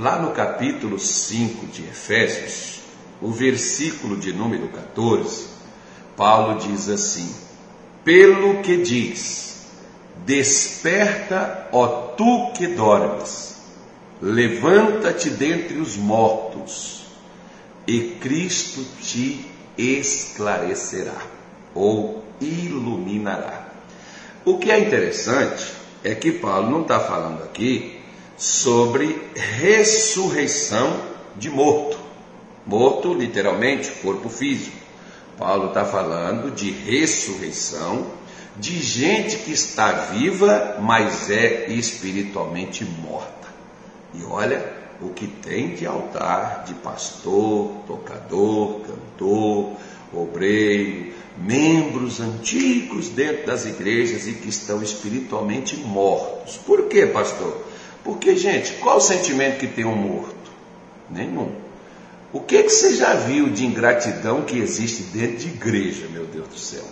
lá no capítulo 5 de Efésios, o versículo de número 14, Paulo diz assim: pelo que diz, desperta, ó tu que dormes, levanta-te dentre os mortos, e Cristo te esclarecerá, ou iluminará. O que é interessante é que Paulo não está falando aqui sobre ressurreição de morto. Morto, literalmente, corpo físico. Paulo está falando de ressurreição de gente que está viva, mas é espiritualmente morta. E olha o que tem de altar de pastor, tocador, cantor, obreiro, membros antigos dentro das igrejas e que estão espiritualmente mortos. Por quê, pastor? Porque, gente, qual o sentimento que tem um morto? Nenhum. O que você já viu de ingratidão que existe dentro de igreja, meu Deus do céu?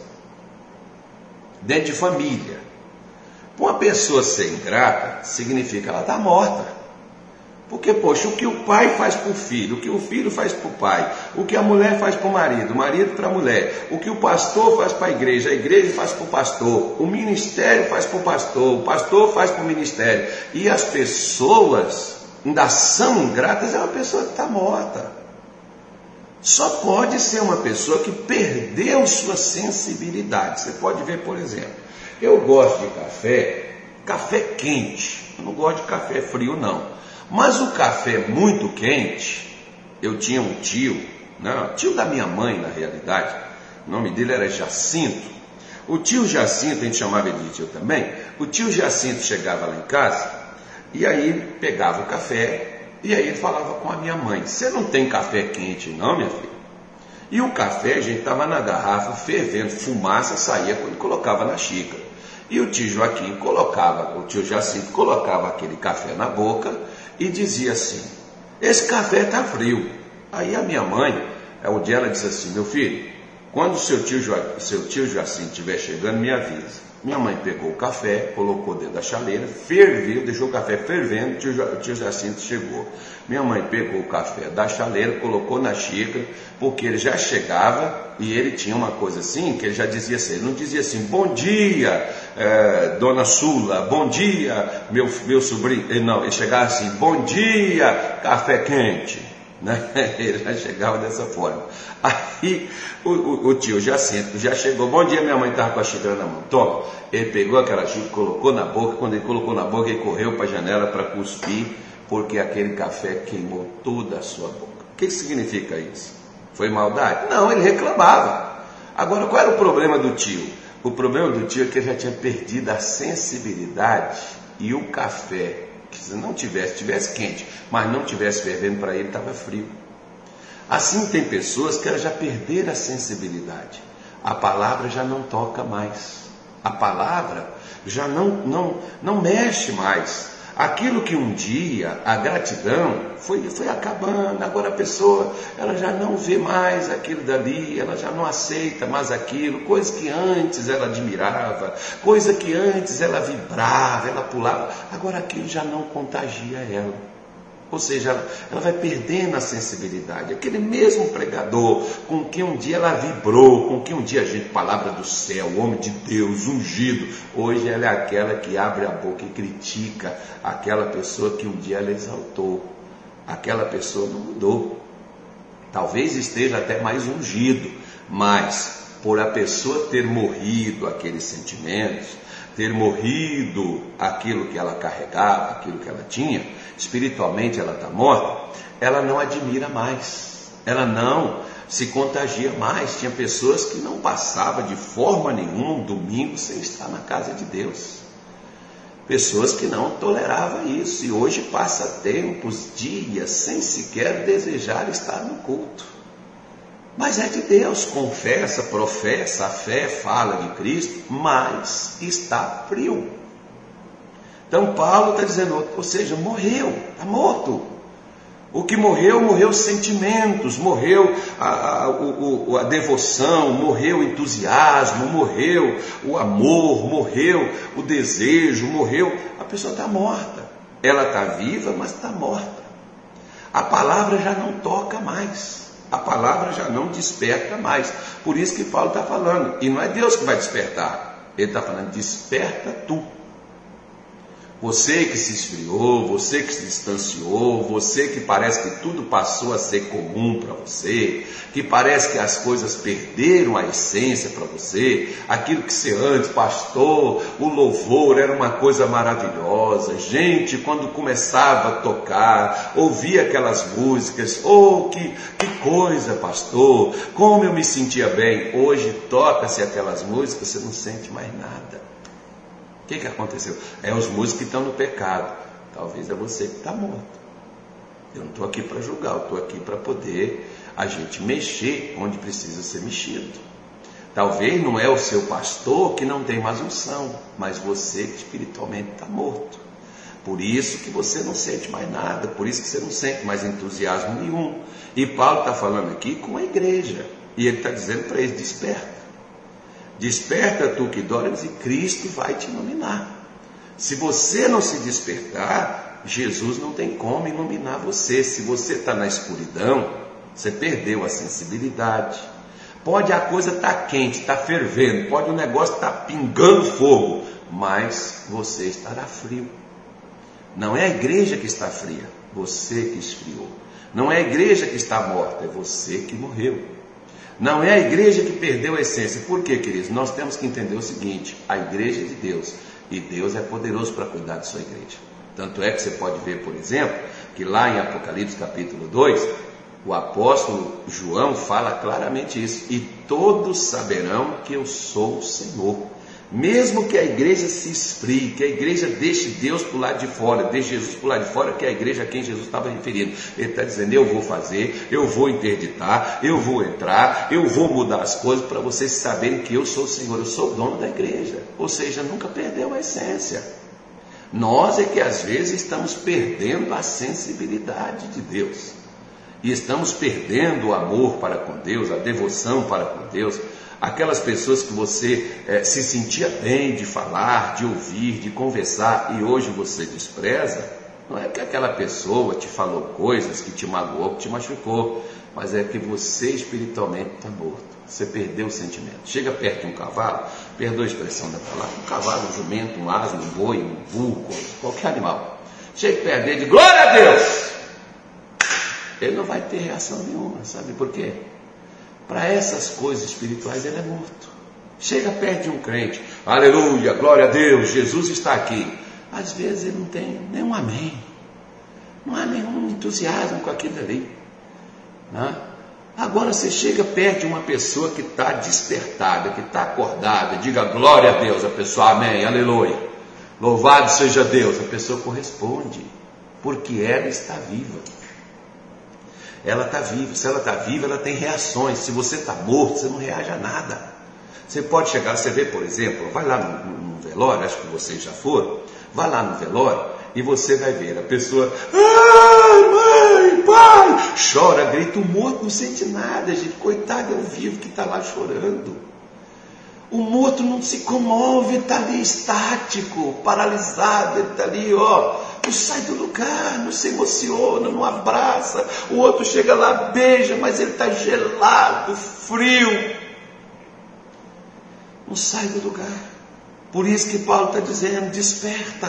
Dentro de família. Uma pessoa ser ingrata significa que ela está morta. Porque, poxa, o que o pai faz para o filho, o que o filho faz para o pai, o que a mulher faz para o marido para a mulher, o que o pastor faz para a igreja faz para o pastor, o ministério faz para o pastor faz para o ministério, e as pessoas ainda são ingratas, é uma pessoa que está morta. Só pode ser uma pessoa que perdeu sua sensibilidade. Você pode ver, por exemplo, eu gosto de café quente, eu não gosto de café frio não. Mas o café muito quente, eu tinha um tio, tio da minha mãe na realidade, o nome dele era Jacinto. O tio Jacinto, a gente chamava ele de tio também, o tio Jacinto chegava lá em casa, e aí pegava o café, e aí ele falava com a minha mãe: você não tem café quente não, minha filha? E o café, a gente estava na garrafa fervendo, fumaça saía quando colocava na xícara. E o tio Jacinto colocava aquele café na boca e dizia assim: esse café está frio. Aí a minha mãe, um dia ela disse assim: meu filho, quando seu tio Jacinto estiver chegando, me avisa. Minha mãe pegou o café, colocou dentro da chaleira, ferveu, deixou o café fervendo, o tio Jacinto chegou. Minha mãe pegou o café da chaleira, colocou na xícara, porque ele já chegava e ele tinha uma coisa assim, que ele já dizia assim, ele não dizia assim: bom dia, dona Sula, bom dia, meu sobrinho. Não, ele chegava assim: bom dia, café quente. Ele já chegava dessa forma. Aí o tio Jacinto já chegou: bom dia, minha mãe estava com a xícara na mão, toma. Ele pegou aquela xícara, colocou na boca. Quando ele colocou na boca, ele correu para a janela para cuspir, porque aquele café queimou toda a sua boca. O que significa isso? Foi maldade? Não, ele reclamava. Agora, qual era o problema do tio? O problema do tio é que ele já tinha perdido a sensibilidade, e o café, que se não tivesse quente, mas não tivesse fervendo para ele, estava frio. Assim tem pessoas que elas já perderam a sensibilidade. A palavra já não toca mais. A palavra já não mexe mais. Aquilo que um dia, a gratidão, foi acabando. Agora a pessoa, ela já não vê mais aquilo dali, ela já não aceita mais aquilo. Coisa que antes ela admirava, coisa que antes ela vibrava, ela pulava. Agora aquilo já não contagia ela. Ou seja, ela vai perdendo a sensibilidade. Aquele mesmo pregador com que um dia ela vibrou, com que um dia a gente, palavra do céu, homem de Deus, ungido, hoje ela é aquela que abre a boca e critica aquela pessoa que um dia ela exaltou. Aquela pessoa não mudou. Talvez esteja até mais ungido, mas por a pessoa ter morrido aqueles sentimentos, ter morrido aquilo que ela carregava, aquilo que ela tinha, espiritualmente ela está morta, ela não admira mais, ela não se contagia mais. Tinha pessoas que não passavam de forma nenhuma um domingo sem estar na casa de Deus, pessoas que não toleravam isso, e hoje passa tempos, dias, sem sequer desejar estar no culto. Mas é de Deus, confessa, professa a fé, fala de Cristo, mas está frio. Então Paulo está dizendo, ou seja, morreu, está morto. O que morreu, morreu os sentimentos, morreu a devoção, morreu o entusiasmo, morreu o amor, morreu o desejo, morreu. A pessoa está morta. Ela está viva, mas está morta. A palavra já não toca mais. A palavra já não desperta mais. Por isso que Paulo está falando. E não é Deus que vai despertar. Ele está falando, desperta tu. Você que se esfriou, você que se distanciou, você que parece que tudo passou a ser comum para você, que parece que as coisas perderam a essência para você, aquilo que você antes, pastor, o louvor era uma coisa maravilhosa, gente, quando começava a tocar, ouvia aquelas músicas, oh, que coisa, pastor, como eu me sentia bem. Hoje toca-se aquelas músicas, você não sente mais nada. O que aconteceu? É os músicos que estão no pecado. Talvez é você que está morto. Eu não estou aqui para julgar, eu estou aqui para poder a gente mexer onde precisa ser mexido. Talvez não é o seu pastor que não tem mais unção, mas você que espiritualmente está morto. Por isso que você não sente mais nada, por isso que você não sente mais entusiasmo nenhum. E Paulo está falando aqui com a igreja, e ele está dizendo para eles, desperta. Desperta tu que dormes e Cristo vai te iluminar. Se você não se despertar, Jesus não tem como iluminar você. Se você está na escuridão, você perdeu a sensibilidade. Pode a coisa estar quente, estar fervendo, pode o negócio estar pingando fogo, mas você estará frio. Não é a igreja que está fria, você que esfriou. Não é a igreja que está morta, é você que morreu. Não é a igreja que perdeu a essência. Por quê, queridos? Nós temos que entender o seguinte, a igreja é de Deus, e Deus é poderoso para cuidar de sua igreja. Tanto é que você pode ver, por exemplo, que lá em Apocalipse capítulo 2, o apóstolo João fala claramente isso, e todos saberão que eu sou o Senhor. Mesmo que a igreja se esfrie, que a igreja deixe Deus para o lado de fora, deixe Jesus para o lado de fora, que é a igreja a quem Jesus estava referindo. Ele está dizendo, eu vou fazer, eu vou interditar, eu vou entrar, eu vou mudar as coisas para vocês saberem que eu sou o Senhor, eu sou o dono da igreja. Ou seja, nunca perdeu a essência. Nós é que às vezes estamos perdendo a sensibilidade de Deus. E estamos perdendo o amor para com Deus, a devoção para com Deus. Aquelas pessoas que você se sentia bem de falar, de ouvir, de conversar, e hoje você despreza, não é que aquela pessoa te falou coisas que te magoou, que te machucou, mas é que você espiritualmente está morto, você perdeu o sentimento. Chega perto de um cavalo, perdoa a expressão da palavra, um cavalo, um jumento, um asno, um boi, um burro, qualquer animal, chega perto dele e diz, glória a Deus! Ele não vai ter reação nenhuma, sabe por quê? Para essas coisas espirituais ele é morto. Chega perto de um crente, aleluia, glória a Deus, Jesus está aqui. Às vezes ele não tem nenhum amém, não há nenhum entusiasmo com aquilo ali, né? Agora você chega perto de uma pessoa que está despertada, que está acordada, diga glória a Deus, a pessoa amém, aleluia, louvado seja Deus, a pessoa corresponde, porque ela está viva. Ela está viva, se ela está viva, ela tem reações. Se você está morto, você não reage a nada. Você pode chegar, você vê, por exemplo, vai lá no velório, acho que vocês já foram, vai lá no velório e você vai ver a pessoa, ai, mãe, pai, chora, grita, o morto não sente nada, gente, coitado é o vivo que está lá chorando. O morto não se comove, ele está ali estático, paralisado, ele está ali, não sai do lugar, não se emociona, não abraça. O outro chega lá, beija, mas ele está gelado, frio. Não sai do lugar. Por isso que Paulo está dizendo, desperta.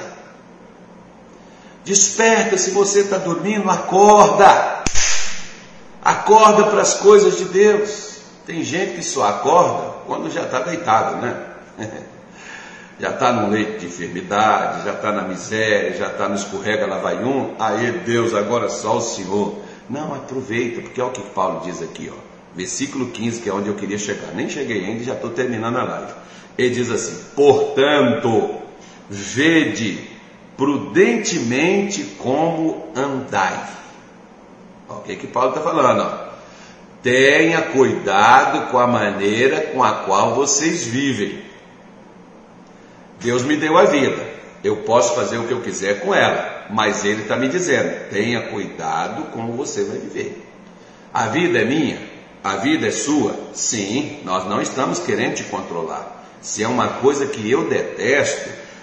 Desperta, se você está dormindo, acorda. Acorda para as coisas de Deus. Tem gente que só acorda quando já está deitado, né? Já está no leito de enfermidade, já está na miséria, já está no escorrega lá vai um, aí Deus, agora só o Senhor. Não, aproveita, porque olha o que Paulo diz aqui, versículo 15, que é onde eu queria chegar, nem cheguei ainda e já estou terminando a live. Ele diz assim, portanto, vede prudentemente como andai. O que Paulo está falando? Tenha cuidado com a maneira com a qual vocês vivem. Deus me deu a vida, eu posso fazer o que eu quiser com ela, mas Ele está me dizendo, tenha cuidado como você vai viver. A vida é minha, a vida é sua, sim, nós não estamos querendo te controlar. Se é uma coisa que eu detesto,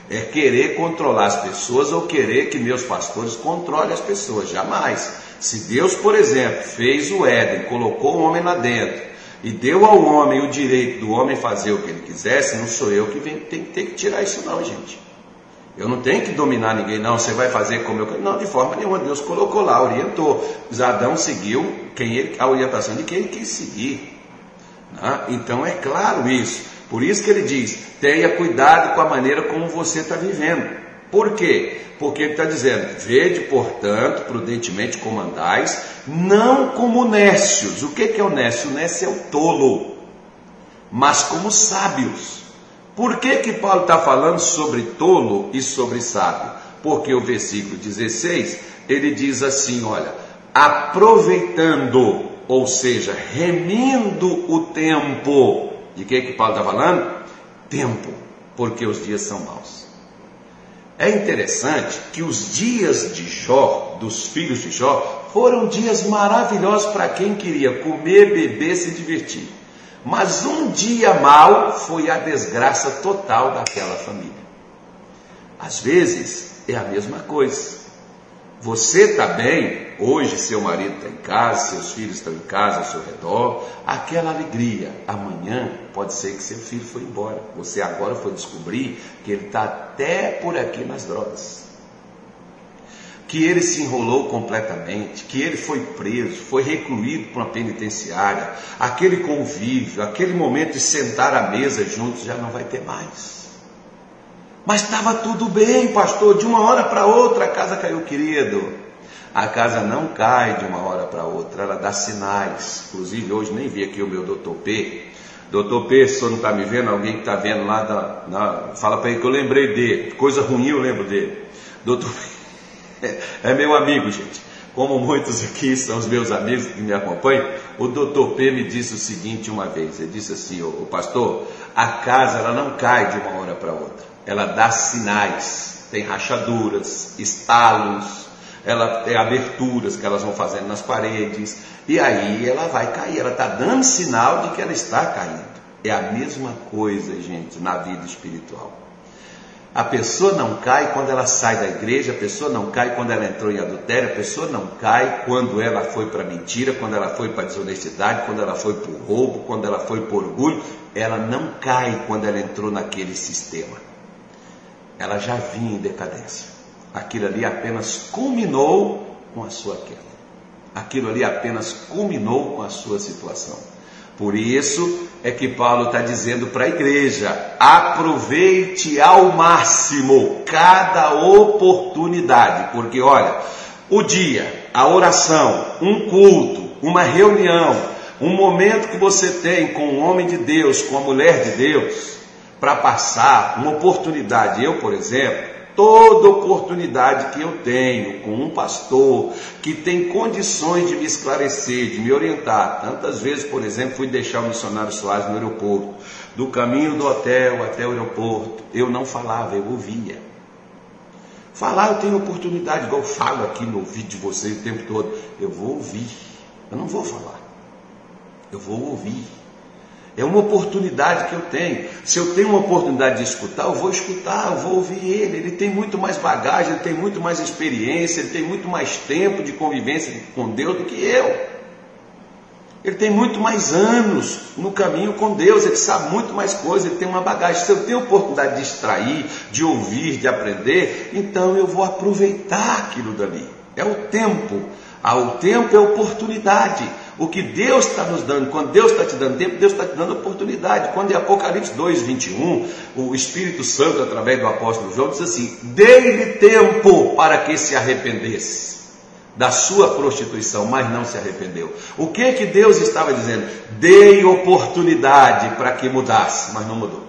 é querer controlar as pessoas ou querer que meus pastores controlem as pessoas. Jamais. Se Deus, por exemplo, fez o Éden, colocou o homem lá dentro e deu ao homem o direito do homem fazer o que ele quisesse, não sou eu que tenho que tirar isso não, gente. Eu não tenho que dominar ninguém, não, você vai fazer como eu quero. Não, de forma nenhuma, Deus colocou lá, orientou. Adão seguiu a orientação de quem ele quis seguir. Então é claro isso. Por isso que ele diz, tenha cuidado com a maneira como você está vivendo. Por quê? Porque ele está dizendo, vede, portanto, prudentemente como andais, não como nécios. O que é o nécio? O nécio é o tolo, mas como sábios. Por que Paulo está falando sobre tolo e sobre sábio? Porque o versículo 16, ele diz assim, olha, aproveitando, ou seja, remindo o tempo. De que Paulo está falando? Tempo, porque os dias são maus. É interessante que os dias de Jó, dos filhos de Jó, foram dias maravilhosos para quem queria comer, beber, se divertir. Mas um dia mau foi a desgraça total daquela família. Às vezes é a mesma coisa. Você está bem, hoje seu marido está em casa, seus filhos estão em casa ao seu redor, aquela alegria. Amanhã pode ser que seu filho foi embora. Você agora foi descobrir que ele está até por aqui nas drogas. Que ele se enrolou completamente, que ele foi preso, foi recluído para uma penitenciária, aquele convívio, aquele momento de sentar à mesa juntos já não vai ter mais. Mas estava tudo bem, pastor, de uma hora para outra a casa caiu, querido. A casa não cai de uma hora para outra, ela dá sinais. Inclusive hoje nem vi aqui o meu doutor P. Doutor P, se o senhor não está me vendo, alguém que está vendo lá, fala para ele que eu lembrei dele, coisa ruim eu lembro dele. Doutor P é meu amigo, gente. Como muitos aqui são os meus amigos que me acompanham, o doutor P me disse o seguinte uma vez. Ele disse assim, o pastor, a casa ela não cai de uma hora para outra. Ela dá sinais, tem rachaduras, estalos, ela tem aberturas que elas vão fazendo nas paredes, e aí ela vai cair. Ela está dando sinal de que ela está caindo. É a mesma coisa, gente, na vida espiritual. A pessoa não cai quando ela sai da igreja, a pessoa não cai quando ela entrou em adultério, a pessoa não cai quando ela foi para mentira, quando ela foi para desonestidade, quando ela foi por roubo, quando ela foi por orgulho. Ela não cai quando ela entrou naquele sistema. Ela já vinha em decadência. Aquilo ali apenas culminou com a sua queda. Aquilo ali apenas culminou com a sua situação. Por isso é que Paulo está dizendo para a igreja, aproveite ao máximo cada oportunidade, porque olha, o dia, a oração, um culto, uma reunião, um momento que você tem com um homem de Deus, com a mulher de Deus, para passar uma oportunidade. Eu, por exemplo, toda oportunidade que eu tenho com um pastor que tem condições de me esclarecer, de me orientar. Tantas vezes, por exemplo, fui deixar o missionário Soares no aeroporto, do caminho do hotel até o aeroporto, eu não falava, eu ouvia. Falar eu tenho oportunidade, igual eu falo aqui no vídeo de vocês o tempo todo, eu vou ouvir, eu não vou falar, eu vou ouvir. É uma oportunidade que eu tenho. Se eu tenho uma oportunidade de escutar, eu vou escutar, eu vou ouvir ele. Ele tem muito mais bagagem, ele tem muito mais experiência, ele tem muito mais tempo de convivência com Deus do que eu. Ele tem muito mais anos no caminho com Deus, ele sabe muito mais coisas, ele tem uma bagagem. Se eu tenho a oportunidade de extrair, de ouvir, de aprender, então eu vou aproveitar aquilo dali. É o tempo. O tempo é oportunidade. O que Deus está nos dando, quando Deus está te dando tempo, Deus está te dando oportunidade. Quando em Apocalipse 2:21, o Espírito Santo, através do apóstolo João, diz assim, dei-lhe tempo para que se arrependesse da sua prostituição, mas não se arrependeu. O que Deus estava dizendo? Dei oportunidade para que mudasse, mas não mudou.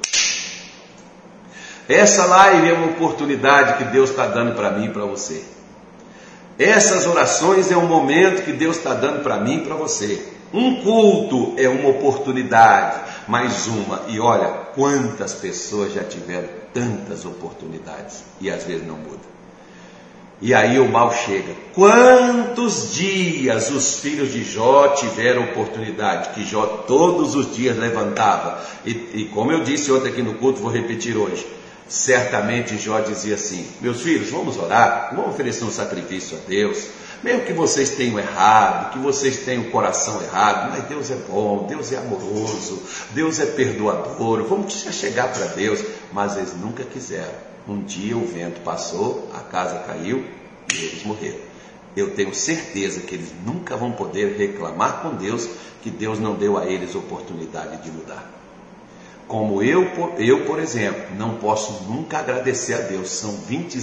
Essa live é uma oportunidade que Deus está dando para mim e para você. Essas orações é um momento que Deus está dando para mim e para você. Um culto é uma oportunidade, mais uma. E olha, quantas pessoas já tiveram tantas oportunidades e às vezes não muda. E aí o mal chega. Quantos dias os filhos de Jó tiveram oportunidade, que Jó todos os dias levantava. E como eu disse ontem aqui no culto, vou repetir hoje. Certamente Jó dizia assim: meus filhos, vamos orar, vamos oferecer um sacrifício a Deus, mesmo que vocês tenham errado, que vocês tenham o coração errado, mas Deus é bom, Deus é amoroso, Deus é perdoador, vamos chegar para Deus. Mas eles nunca quiseram. Um dia o vento passou, a casa caiu e eles morreram. Eu tenho certeza que eles nunca vão poder reclamar com Deus que Deus não deu a eles oportunidade de mudar. Como eu, por exemplo, não posso nunca agradecer a Deus. São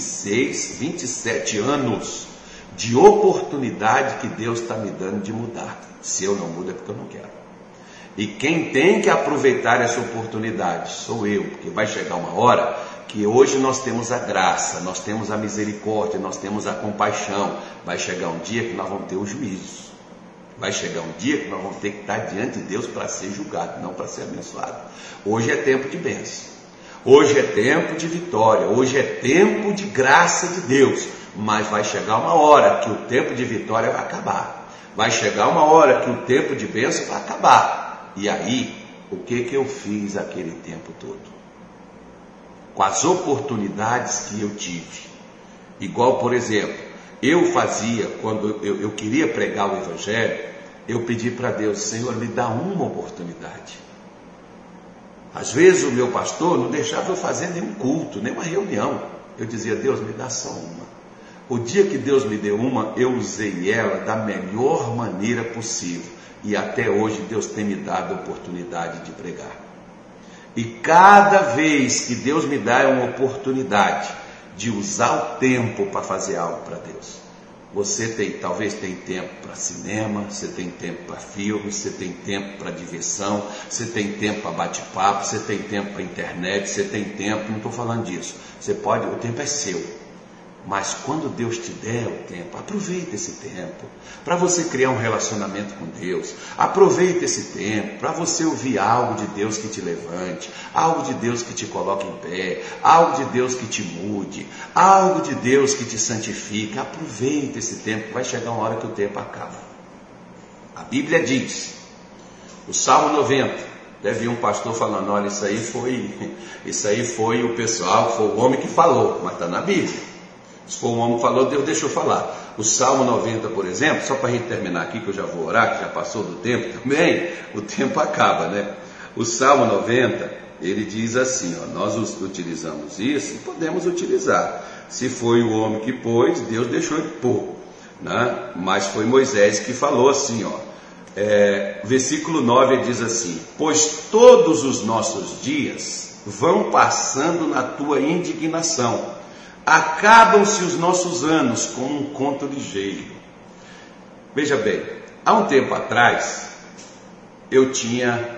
27 anos de oportunidade que Deus está me dando de mudar. Se eu não mudo é porque eu não quero. E quem tem que aproveitar essa oportunidade sou eu, porque vai chegar uma hora que hoje nós temos a graça, nós temos a misericórdia, nós temos a compaixão. Vai chegar um dia que nós vamos ter o juízo. Vai chegar um dia que nós vamos ter que estar diante de Deus para ser julgado, não para ser abençoado. Hoje é tempo de bênção. Hoje é tempo de vitória. Hoje é tempo de graça de Deus. Mas vai chegar uma hora que o tempo de vitória vai acabar. Vai chegar uma hora que o tempo de bênção vai acabar. E aí, o que eu fiz aquele tempo todo? Com as oportunidades que eu tive. Igual, por exemplo, eu fazia, quando eu queria pregar o Evangelho, eu pedi para Deus: Senhor, me dá uma oportunidade. Às vezes o meu pastor não deixava eu fazer nenhum culto, nenhuma reunião. Eu dizia: Deus, me dá só uma. O dia que Deus me deu uma, eu usei ela da melhor maneira possível. E até hoje Deus tem me dado a oportunidade de pregar. E cada vez que Deus me dá uma oportunidade de usar o tempo para fazer algo para Deus. Você talvez tem tempo para cinema, você tem tempo para filmes, você tem tempo para diversão, você tem tempo para bate-papo, você tem tempo para internet, você tem tempo, não estou falando disso. Você pode, o tempo é seu. Mas quando Deus te der o tempo, aproveita esse tempo para você criar um relacionamento com Deus. Aproveita esse tempo para você ouvir algo de Deus que te levante, algo de Deus que te coloque em pé, algo de Deus que te mude, algo de Deus que te santifique. Aproveita esse tempo, vai chegar uma hora que o tempo acaba. A Bíblia diz, o Salmo 90, deve um pastor falando: olha, isso aí foi o pessoal, foi o homem que falou, mas está na Bíblia. Se for um homem que falou, Deus deixou falar. O Salmo 90, por exemplo, só para a gente terminar aqui, que eu já vou orar, que já passou do tempo também, o tempo acaba, né? O Salmo 90, ele diz assim, ó, nós utilizamos isso e podemos utilizar. Se foi o homem que pôs, Deus deixou ele pôr, né? Mas foi Moisés que falou assim, ó. Versículo 9 ele diz assim: pois todos os nossos dias vão passando na tua indignação. Acabam-se os nossos anos como um conto ligeiro. Veja bem, há um tempo atrás, eu tinha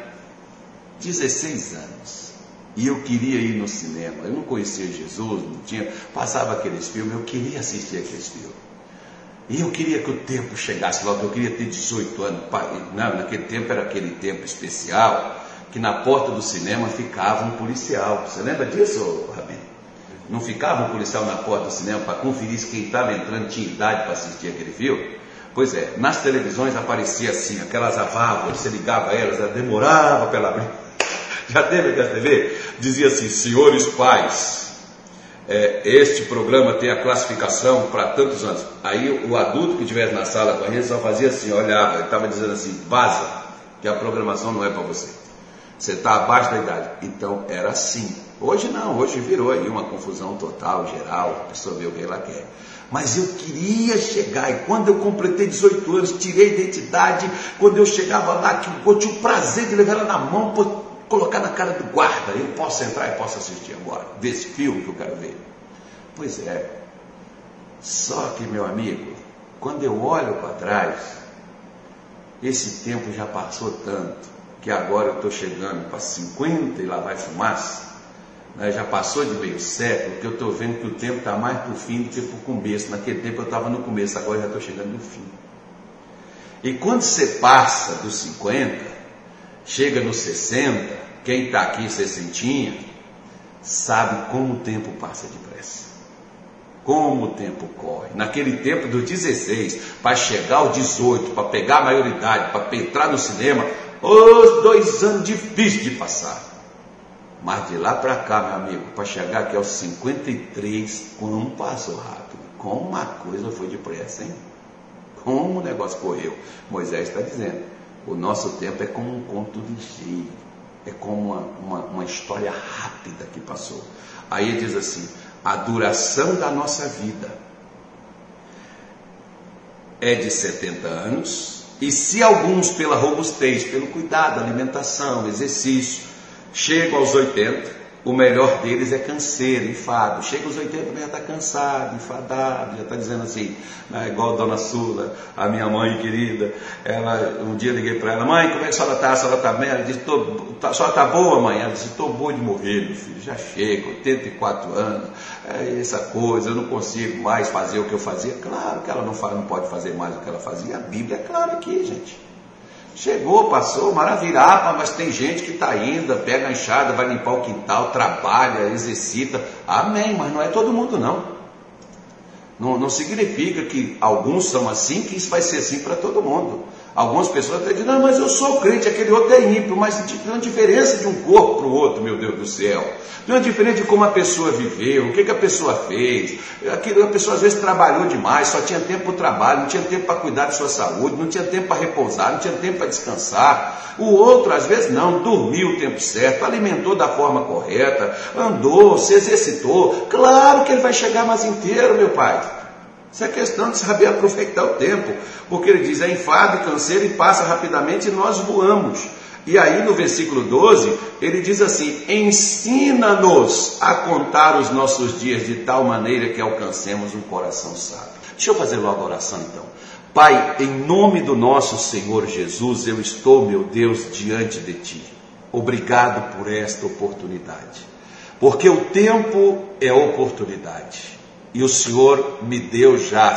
16 anos e eu queria ir no cinema. Eu não conhecia Jesus, passava aqueles filmes, eu queria assistir aqueles filmes. E eu queria que o tempo chegasse logo, eu queria ter 18 anos. Não, naquele tempo era aquele tempo especial, que na porta do cinema ficava um policial. Você lembra disso, Rabino? Não ficava um policial na porta do cinema para conferir se quem estava entrando tinha idade para assistir aquele filme? Pois é, nas televisões aparecia assim, aquelas válvulas, você ligava elas, ela demorava para ela abrir. Já teve aquela TV? Dizia assim: senhores pais, este programa tem a classificação para tantos anos. Aí o adulto que estivesse na sala com a gente só fazia assim, olhava, ele estava dizendo assim: vaza, que a programação não é para você. Você está abaixo da idade. Então era assim. Hoje não, hoje virou aí uma confusão total, geral, a pessoa vê o que ela quer. Mas eu queria chegar, e quando eu completei 18 anos, tirei a identidade, quando eu chegava lá, eu tinha o prazer de levar ela na mão, colocar na cara do guarda: eu posso entrar e posso assistir agora, desse filme que eu quero ver. Pois é, só que, meu amigo, quando eu olho para trás, esse tempo já passou tanto, que agora eu estou chegando para 50 e lá vai fumaça. Já passou de meio século, que eu estou vendo que o tempo está mais para o fim do que para o começo. Naquele tempo eu estava no começo, agora eu já estou chegando no fim. E quando você passa dos 50, chega nos 60, quem está aqui 60, sabe como o tempo passa depressa. Como o tempo corre. Naquele tempo dos 16, para chegar aos 18, para pegar a maioridade, para entrar no cinema, os 2 anos difíceis de passar. Mas de lá para cá, meu amigo, para chegar aqui aos 53, como passou rápido. Como uma coisa foi depressa, hein? Como o negócio correu. Moisés está dizendo, o nosso tempo é como um conto ligeiro, é como uma história rápida que passou. Aí ele diz assim, a duração da nossa vida é de 70 anos, e se alguns pela robustez, pelo cuidado, alimentação, exercício, chegam aos 80, o melhor deles é canseiro, enfado. Chega aos 80, já está cansado, enfadado, já está dizendo assim, igual a dona Sula, a minha mãe querida, um dia eu liguei para ela, mãe, como é que a senhora está? A senhora está bem? Ela disse, a senhora está boa, mãe? Ela disse, estou boa de morrer, meu filho, já chega, 84 anos, essa coisa, eu não consigo mais fazer o que eu fazia. Claro que ela não pode fazer mais o que ela fazia, a Bíblia é clara aqui, gente. Chegou, passou, maravilha, mas tem gente que está indo, pega a enxada, vai limpar o quintal, trabalha, exercita. Amém, mas não é todo mundo não. Não significa que alguns são assim, que isso vai ser assim para todo mundo. Algumas pessoas até dizem, não, mas eu sou crente, aquele outro é ímpio, mas tem uma diferença de um corpo para o outro, meu Deus do céu. Tem uma diferença de como a pessoa viveu, o que a pessoa fez. A pessoa às vezes trabalhou demais, só tinha tempo para o trabalho, não tinha tempo para cuidar de sua saúde, não tinha tempo para repousar, não tinha tempo para descansar. O outro às vezes não, dormiu o tempo certo, alimentou da forma correta, andou, se exercitou. Claro que ele vai chegar mais inteiro, meu pai. Isso é questão de saber aproveitar o tempo, porque ele diz, é enfado e canseiro e passa rapidamente e nós voamos. E aí no versículo 12, ele diz assim, ensina-nos a contar os nossos dias de tal maneira que alcancemos um coração sábio. Deixa eu fazer logo a oração então. Pai, em nome do nosso Senhor Jesus, eu estou, meu Deus, diante de Ti. Obrigado por esta oportunidade, porque o tempo é oportunidade. E o Senhor me deu já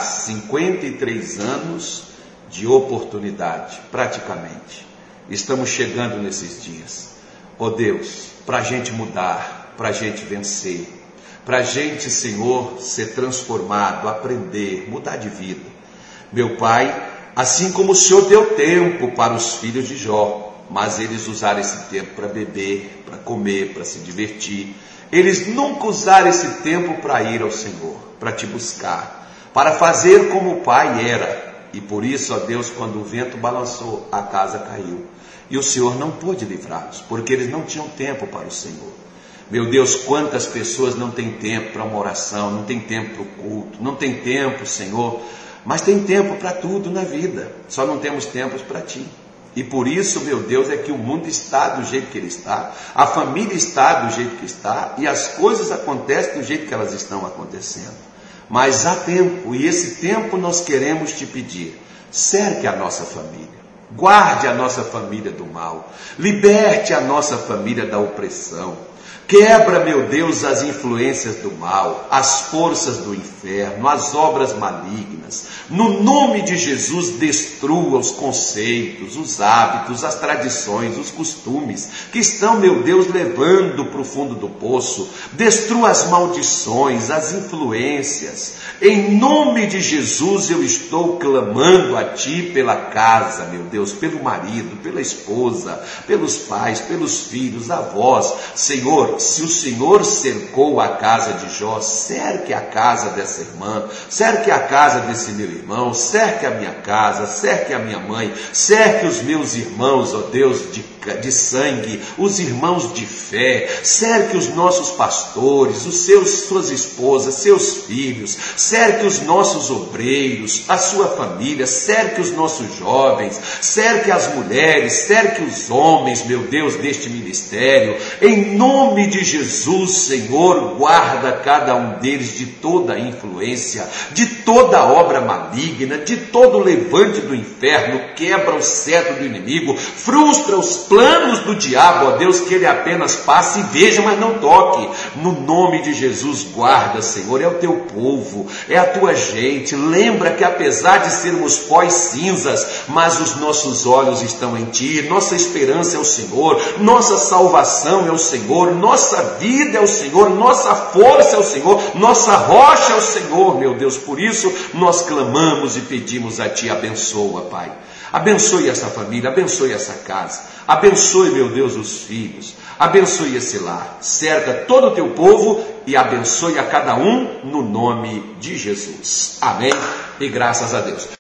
53 anos de oportunidade, praticamente. Estamos chegando nesses dias. Ó Deus, para a gente mudar, para a gente vencer, para a gente, Senhor, ser transformado, aprender, mudar de vida. Meu Pai, assim como o Senhor deu tempo para os filhos de Jó, mas eles usaram esse tempo para beber, para comer, para se divertir. Eles nunca usaram esse tempo para ir ao Senhor, para te buscar, para fazer como o pai era. E por isso, ó Deus, quando o vento balançou, a casa caiu. E o Senhor não pôde livrá-los, porque eles não tinham tempo para o Senhor. Meu Deus, quantas pessoas não têm tempo para uma oração, não tem tempo para o culto, não tem tempo, Senhor, mas tem tempo para tudo na vida, só não temos tempos para Ti. E por isso, meu Deus, é que o mundo está do jeito que ele está, a família está do jeito que está, e as coisas acontecem do jeito que elas estão acontecendo. Mas há tempo, e esse tempo nós queremos te pedir, cerque a nossa família, guarde a nossa família do mal, liberte a nossa família da opressão, quebra, meu Deus, as influências do mal, as forças do inferno, as obras malignas. No nome de Jesus, destrua os conceitos, os hábitos, as tradições, os costumes que estão, meu Deus, levando para o fundo do poço. Destrua as maldições, as influências. Em nome de Jesus, eu estou clamando a Ti pela casa, meu Deus, pelo marido, pela esposa, pelos pais, pelos filhos, avós. Senhor, se o Senhor cercou a casa de Jó, cerque a casa dessa irmã, cerque a casa desse meu irmão, cerque a minha casa, cerque a minha mãe, cerque os meus irmãos, ó Deus, de sangue, os irmãos de fé, cerque os nossos pastores, suas esposas, seus filhos, cerque os nossos obreiros, a sua família, cerque os nossos jovens, cerque as mulheres, cerque os homens, meu Deus, deste ministério. Em nome de Jesus, Senhor, guarda cada um deles de toda a influência, de toda a obra maligna, de todo o levante do inferno, quebra o cetro do inimigo, frustra os planos do diabo, ó Deus, que ele apenas passe e veja, mas não toque. No nome de Jesus, guarda, Senhor, é o teu povo, é a tua gente. Lembra que apesar de sermos pó e cinzas, mas os nossos olhos estão em Ti, nossa esperança é o Senhor, nossa salvação é o Senhor, nossa vida é o Senhor, nossa força é o Senhor, nossa rocha é o Senhor, meu Deus. Por isso nós clamamos e pedimos a Ti, abençoa, Pai. Abençoe essa família, abençoe essa casa, Abençoe, meu Deus, os filhos. Abençoe esse lar. Cerca todo o teu povo e abençoe a cada um no nome de Jesus. Amém? E graças a Deus.